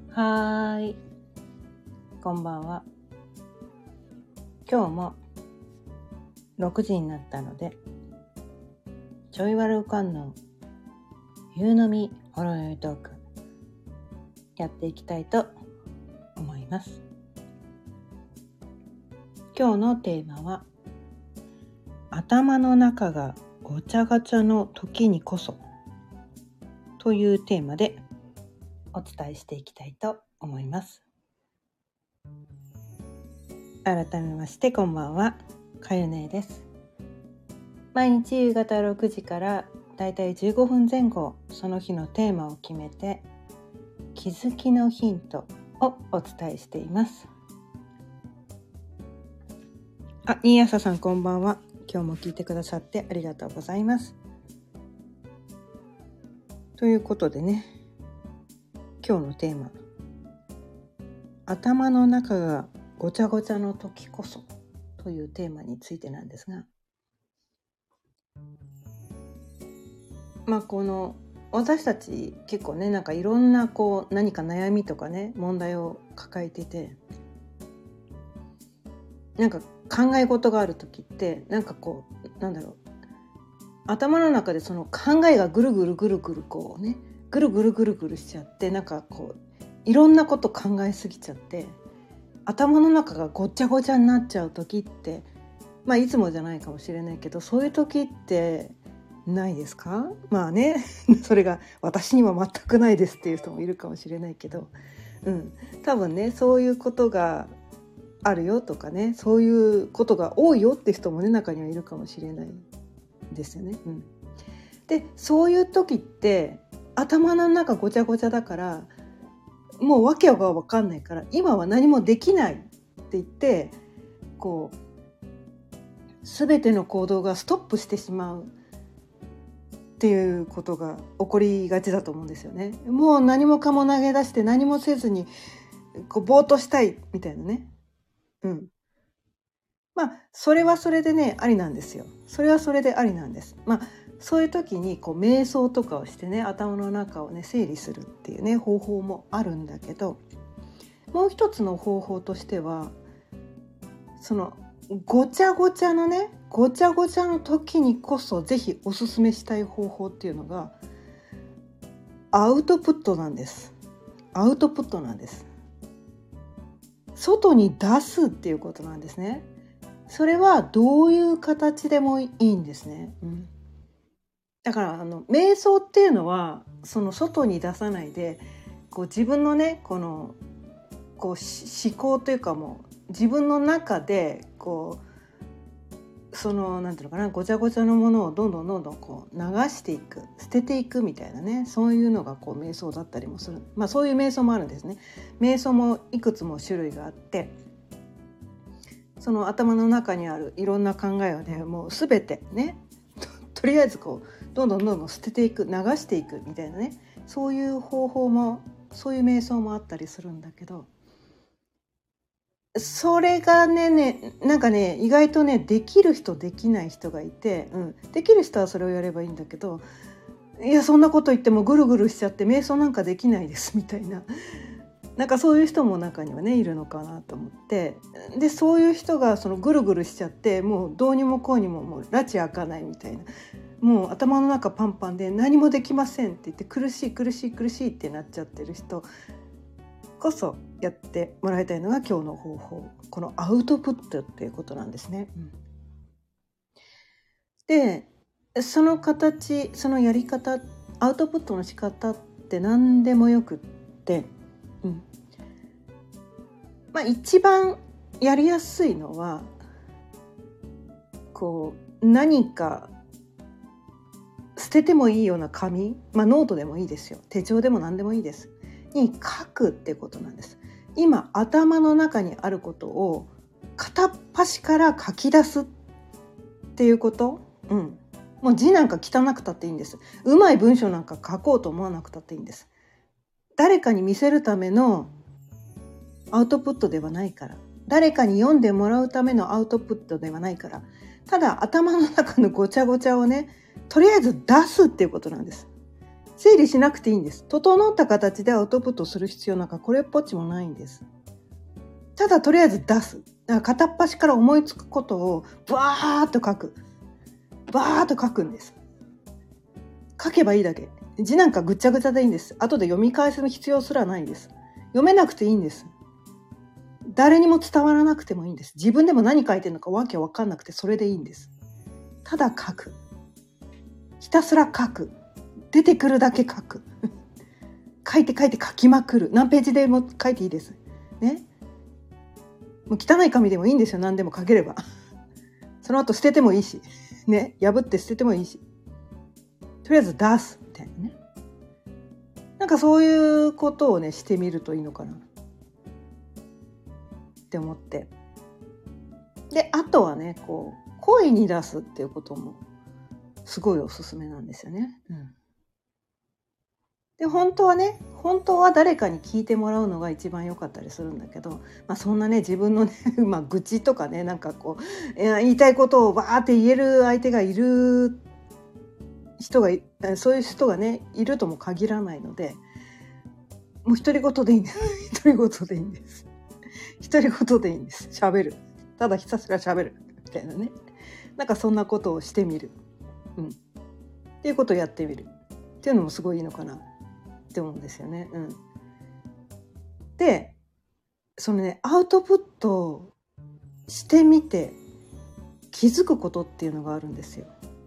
はーい、こんばんは。今日も6時になったので、ちょいわるかんの夕飲みほろよいトークやっていきたいと思います。今日のテーマは、頭の中がごちゃごちゃの時にこそというテーマでお伝えしていきたいと思います。改めましてこんばんは、かゆねです。毎日夕方6時からだいたい15分前後、その日のテーマを決めて気づきのヒントをお伝えしています。新朝さんこんばんは。今日も聞いてくださってありがとうございます。ということでね、今日のテーマ、頭の中がごちゃごちゃの時こそというテーマについてなんですが、この私たち結構ね、いろんな何か悩みとかね、問題を抱えてて、考え事がある時って頭の中でその考えがぐるぐるぐるぐるしちゃって、いろんなこと考えすぎちゃって頭の中がごちゃごちゃになっちゃう時って、いつもじゃないかもしれないけど、そういう時ってないですか？それが私には全くないですっていう人もいるかもしれないけど、多分ね、そういうことがあるよとかね、そういうことが多いよって人もね、中にはいるかもしれないですよね。で、そういう時って頭の中ごちゃごちゃだから、もう訳が分かんないから、今は何もできないって言って、全ての行動がストップしてしまうっていうことが起こりがちだと思うんですよね。もう何もかも投げ出して何もせずにぼーっとしたいみたいなね。それはそれでね、ありなんですよ。それはそれでありなんです。そういう時に瞑想とかをしてね、頭の中をね整理するっていうね方法もあるんだけど、もう一つの方法としては、そのごちゃごちゃの時にこそぜひおすすめしたい方法っていうのがアウトプットなんです。外に出すっていうことなんですね。それはどういう形でもいいんですね。だから瞑想っていうのは、その外に出さないで、自分のね、思考というか、もう自分の中でそのごちゃごちゃのものをどんどん流していく、捨てていくみたいなね、そういうのが瞑想だったりもする。そういう瞑想もあるんですね。瞑想もいくつも種類があって、その頭の中にあるいろんな考えをね、もう全てね、とりあえずどんどん捨てていく、流していくみたいなね、そういう方法も、そういう瞑想もあったりするんだけど、それがね、意外とね、できる人できない人がいて、できる人はそれをやればいいんだけど、いやそんなこと言ってもぐるぐるしちゃって瞑想なんかできないですみたいな、そういう人も中にはねいるのかなと思って、でそういう人がそのぐるぐるしちゃって、もうどうにもこうにももう拉致開かないみたいな、もう頭の中パンパンで何もできませんって言って、苦しいってなっちゃってる人こそやってもらいたいのが今日の方法、このアウトプットっていうことなんですね。で、その形、そのやり方、アウトプットの仕方って何でもよくって、一番やりやすいのは、何か捨ててもいいような紙、ノートでもいいですよ、手帳でも何でもいいです、に書くってことなんです。今頭の中にあることを片っ端から書き出すっていうこと、もう字なんか汚くたっていいんです。うまい文章なんか書こうと思わなくたっていいんです。誰かに見せるためのアウトプットではないから、誰かに読んでもらうためのアウトプットではないから、ただ頭の中のごちゃごちゃをね、とりあえず出すっていうことなんです。 整理しなくていいんです。整った形でアウトプットする必要なんかこれっぽっちもないんです。ただとりあえず出す。だから片っ端から思いつくことをバーッと書く。バーッと書くんです。書けばいいだけ。字なんかぐちゃぐちゃでいいんです。後で読み返す必要すらないんです。読めなくていいんです。誰にも伝わらなくてもいいんです。自分でも何書いてるのかわけわかんなくてそれでいいんです。ただ書く。ひたすら書く。出てくるだけ書く。書いて書きまくる。何ページでも書いていいです。ね。もう汚い紙でもいいんですよ。何でも書ければ。その後捨ててもいいし。ね。破って捨ててもいいし。とりあえず出す。みたいなね。なんかそういうことをね、してみるといいのかな。って思って。で、あとはね、こう、声に出すっていうこともすごいおすすめなんですよね。で、本当は誰かに聞いてもらうのが一番良かったりするんだけど、そんなね、自分のね、愚痴とかね、なんかこう、言いたいことをバーって言える相手がいる人が、そういう人がね、いるとも限らないので、もう独り言でいいんです。独り言でいいんです。独り言でいいんです。喋る。ただひたすら喋る。みたいなね。なんかそんなことをしてみる。っていうことをやってみる。っていうのもすごいいいのかなって思うんですよね。で、そのね、アウトプットしてみて気づくことっていうのがあるんですよ。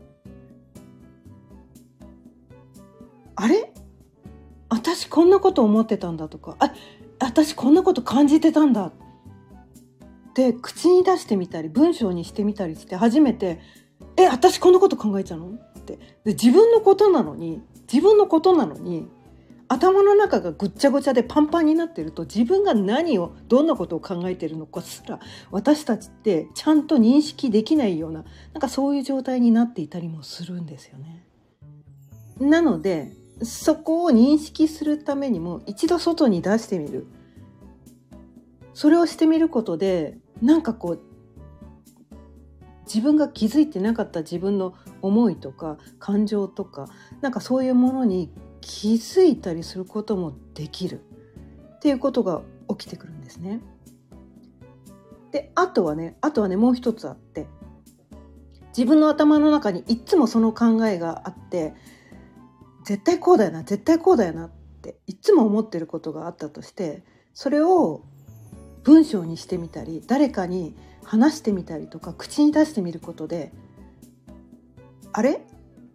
あれ？私こんなこと思ってたんだとか、私こんなこと感じてたんだって口に出してみたり文章にしてみたりして初めて、私こんなこと考えちゃうのって。で、自分のことなのに頭の中がぐっちゃぐちゃでパンパンになってると、自分がどんなことを考えているのかすら私たちってちゃんと認識できないような、なんかそういう状態になっていたりもするんですよね。なのでそこを認識するためにも一度外に出してみる。それをしてみることで、なんかこう自分が気づいてなかった自分の思いとか感情とか、なんかそういうものに気づいたりすることもできるっていうことが起きてくるんですね。で、あとはねもう一つあって、自分の頭の中にいつもその考えがあって、絶対こうだよなっていつも思ってることがあったとして、それを文章にしてみたり誰かに話してみたりとか口に出してみることで、あれ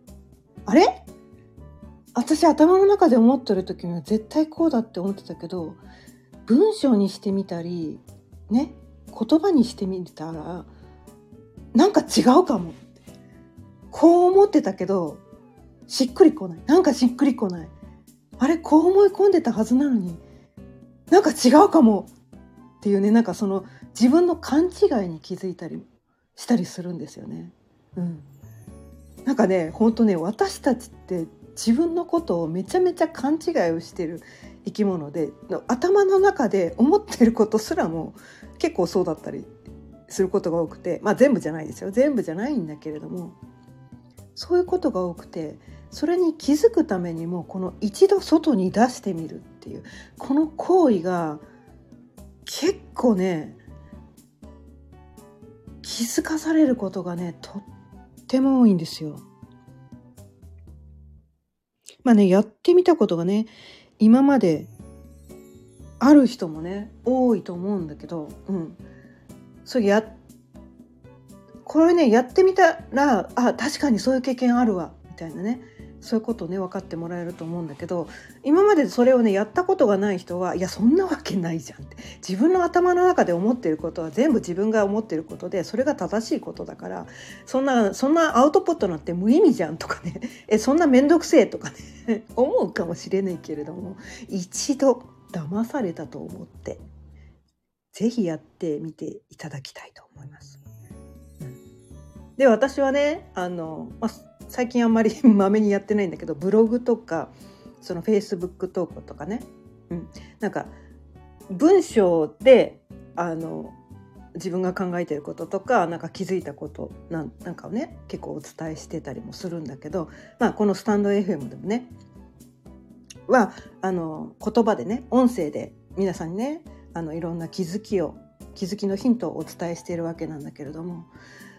私頭の中で思ってる時には絶対こうだって思ってたけど、文章にしてみたりね、言葉にしてみたらなんか違うかもって、こう思ってたけどしっくりこない、あれこう思い込んでたはずなのになんか違うかもっていうね、なんかその自分の勘違いに気づいたりしたりするんですよね。なんかね、本当ね、私たちって自分のことをめちゃめちゃ勘違いをしてる生き物で、頭の中で思ってることすらも結構そうだったりすることが多くて、全部じゃないですよ、全部じゃないんだけれども、そういうことが多くて、それに気づくためにもこの一度外に出してみるっていうこの行為が結構ね、気づかされることがね、とっても多いんですよ。やってみたことがね、今まである人もね多いと思うんだけど、これねやってみたら、確かにそういう経験あるわみたいなね、そういうことをね分かってもらえると思うんだけど、今までそれをねやったことがない人は、いやそんなわけないじゃんって、自分の頭の中で思っていることは全部自分が思っていることで、それが正しいことだから、そんなアウトプットなんて無意味じゃんとかね、そんなめんどくせえとかね思うかもしれないけれども、一度騙されたと思ってぜひやってみていただきたいと思います。で、私はね、最近あんまりまめにやってないんだけど、ブログとかそのフェイスブック投稿とかね、なんか文章で自分が考えていることとか、なんか気づいたことなんかをね結構お伝えしてたりもするんだけど、このスタンド FM でもねは言葉でね、音声で皆さんにね、いろんな気づきのヒントをお伝えしているわけなんだけれども、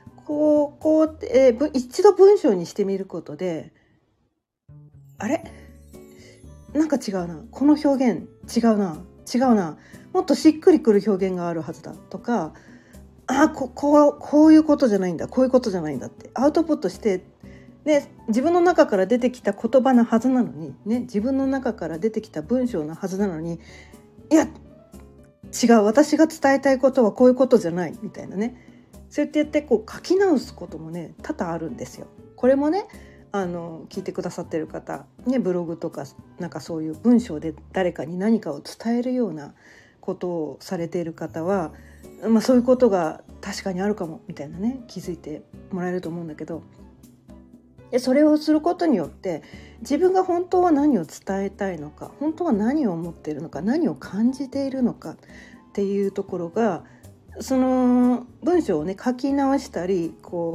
一度文章にしてみることで、あれなんか違うな、この表現違うな、もっとしっくりくる表現があるはずだとか、こういうことじゃないんだ、こういうことじゃないんだってアウトプットして、ね、自分の中から出てきた言葉のはずなのに、ね、自分の中から出てきた文章のはずなのに、いや違う、私が伝えたいことはこういうことじゃないみたいなね、そうやって書き直すこともね多々あるんですよ。これもね聞いてくださってる方、ね、ブログとかなんかそういう文章で誰かに何かを伝えるようなことをされている方は、そういうことが確かにあるかもみたいなね、気づいてもらえると思うんだけど、それをすることによって自分が本当は何を伝えたいのか、本当は何を思っているのか、何を感じているのかっていうところが、その文章をね書き直したり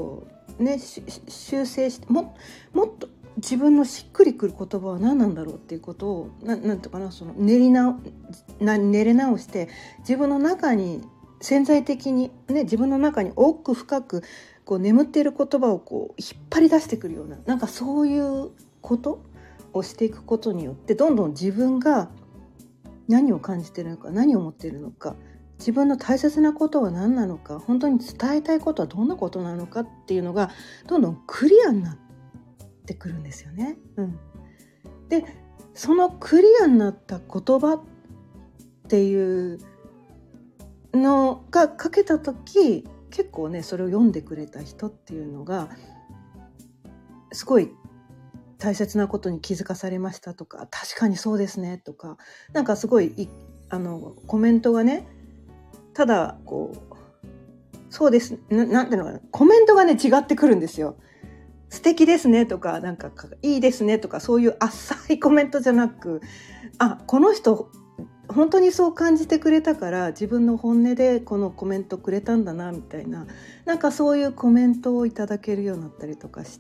修正してもっと自分のしっくりくる言葉は何なんだろうっていうことをなんていうかな、その練り直して自分の中に潜在的にね、自分の中に奥深く眠っている言葉を引っ張り出してくるような、なんかそういうことをしていくことによって、どんどん自分が何を感じているのか、何を思っているのか、自分の大切なことは何なのか、本当に伝えたいことはどんなことなのかっていうのがどんどんクリアになってくるんですよね。でそのクリアになった言葉っていうのが書けた時、結構ねそれを読んでくれた人っていうのがすごい大切なことに気づかされましたとか、確かにそうですねとか、なんかすごいコメントがね、ただそうですなんていうのかな、コメントがね違ってくるんですよ。素敵ですねとか、なんかいいですねとか、そういう浅いコメントじゃなく、この人本当にそう感じてくれたから自分の本音でこのコメントくれたんだなみたいな、なんかそういうコメントをいただけるようになったりとかして、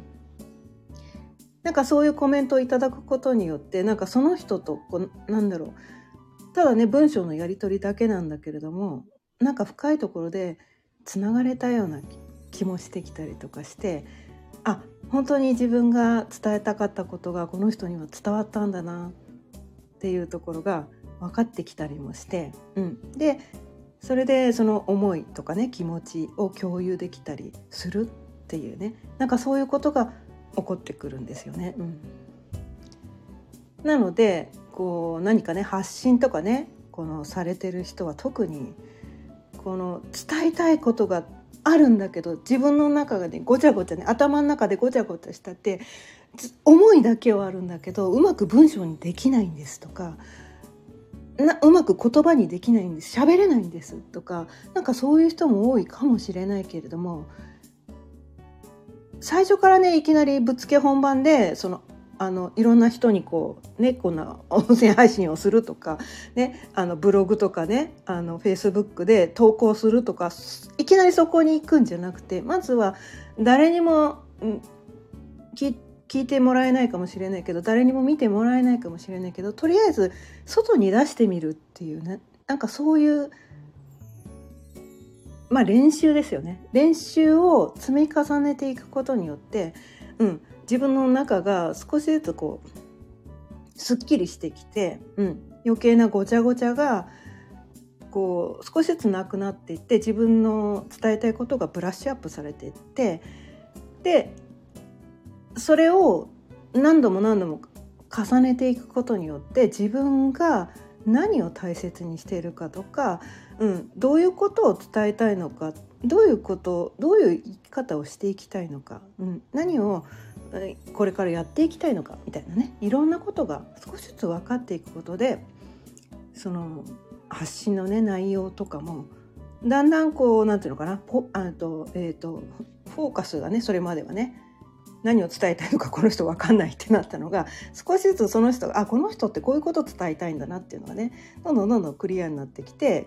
なんかそういうコメントをいただくことによって、なんかその人とただね文章のやり取りだけなんだけれども、なんか深いところでつながれたような気もしてきたりとかして、本当に自分が伝えたかったことがこの人には伝わったんだなっていうところが分かってきたりもして、でそれでその思いとかね、気持ちを共有できたりするっていうね、なんかそういうことが起こってくるんですよね。なので何かね発信とかねされてる人は特に伝えたいことがあるんだけど、自分の中がねごちゃごちゃね、頭の中でごちゃごちゃしたって思いだけはあるんだけど、うまく文章にできないんですとか、うまく言葉にできないんです、喋れないんですとか、なんかそういう人も多いかもしれないけれども、最初からねいきなりぶっつけ本番でいろんな人にこんな音声配信をするとか、ブログとかねFacebook で投稿するとか、いきなりそこに行くんじゃなくて、まずは誰にも聞いてもらえないかもしれないけど、誰にも見てもらえないかもしれないけど、とりあえず外に出してみるっていうね、なんかそういう練習ですよね。練習を積み重ねていくことによって、自分の中が少しずつすっきりしてきて、余計なごちゃごちゃが少しずつなくなっていって、自分の伝えたいことがブラッシュアップされていって、でそれを何度も重ねていくことによって、自分が何を大切にしているかとか、どういうことを伝えたいのか、どういう生き方をしていきたいのか、何をこれからやっていきたいのかみたいなね、いろんなことが少しずつ分かっていくことで、その発信のね内容とかもだんだんなんていうのかな、フォーカスがね、それまではね何を伝えたいのかこの人分かんないってなったのが、少しずつその人がこの人ってこういうことを伝えたいんだなっていうのがね、どんどんクリアになってきて、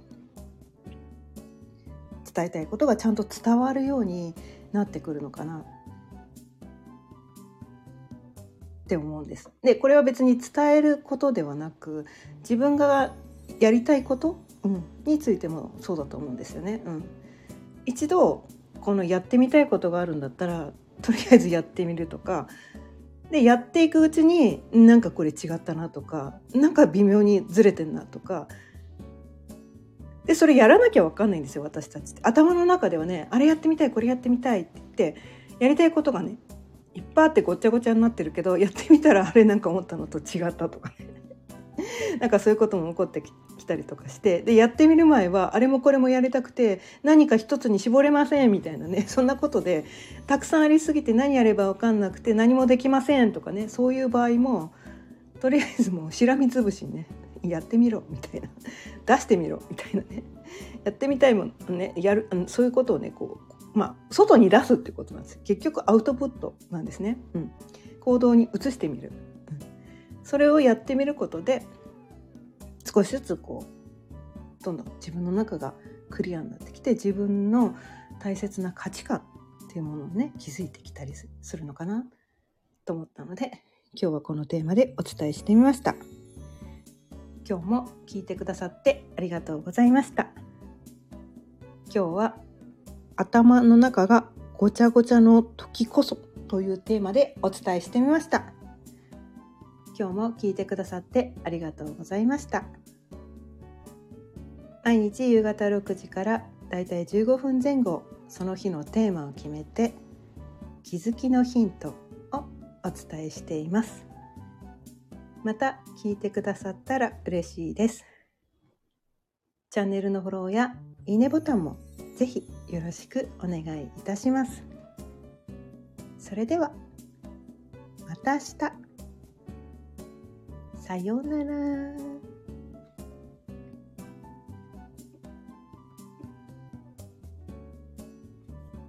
伝えたいことがちゃんと伝わるようになってくるのかなっって思うんです。でこれは別に伝えることではなく、自分がやりたいこと、についてもそうだと思うんですよね。一度このやってみたいことがあるんだったらとりあえずやってみるとかで、やっていくうちになんかこれ違ったなとか、なんか微妙にずれてんなとかで、それやらなきゃ分かんないんですよ。私たちって頭の中ではね、あれやってみたいこれやってみたいって言ってやりたいことがねいっぱいあってごちゃごちゃになってるけど、やってみたらあれなんか思ったのと違ったとかねなんかそういうことも起こってきたりとかして、でやってみる前はあれもこれもやりたくて何か一つに絞れませんみたいなね、そんなことでたくさんありすぎて何やれば分かんなくて何もできませんとかね、そういう場合もとりあえずもうしらみつぶしにねやってみろみたいな出してみろみたいなね、やってみたいもんねやる、そういうことをねこう外に出すってことなんですよ。結局アウトプットなんですね。行動に移してみる、それをやってみることで少しずつこうどんどん自分の中がクリアになってきて、自分の大切な価値観っていうものをね気づいてきたりするのかなと思ったので、今日はこのテーマでお伝えしてみました。今日も聞いてくださってありがとうございました。今日は頭の中がごちゃごちゃの時こそというテーマでお伝えしてみました。今日も聞いてくださってありがとうございました。毎日夕方6時からだいたい15分前後、その日のテーマを決めて気づきのヒントをお伝えしています。また聞いてくださったら嬉しいです。チャンネルのフォローやいいねボタンもぜひよろしくお願いいたします。それではまた明日。さようなら。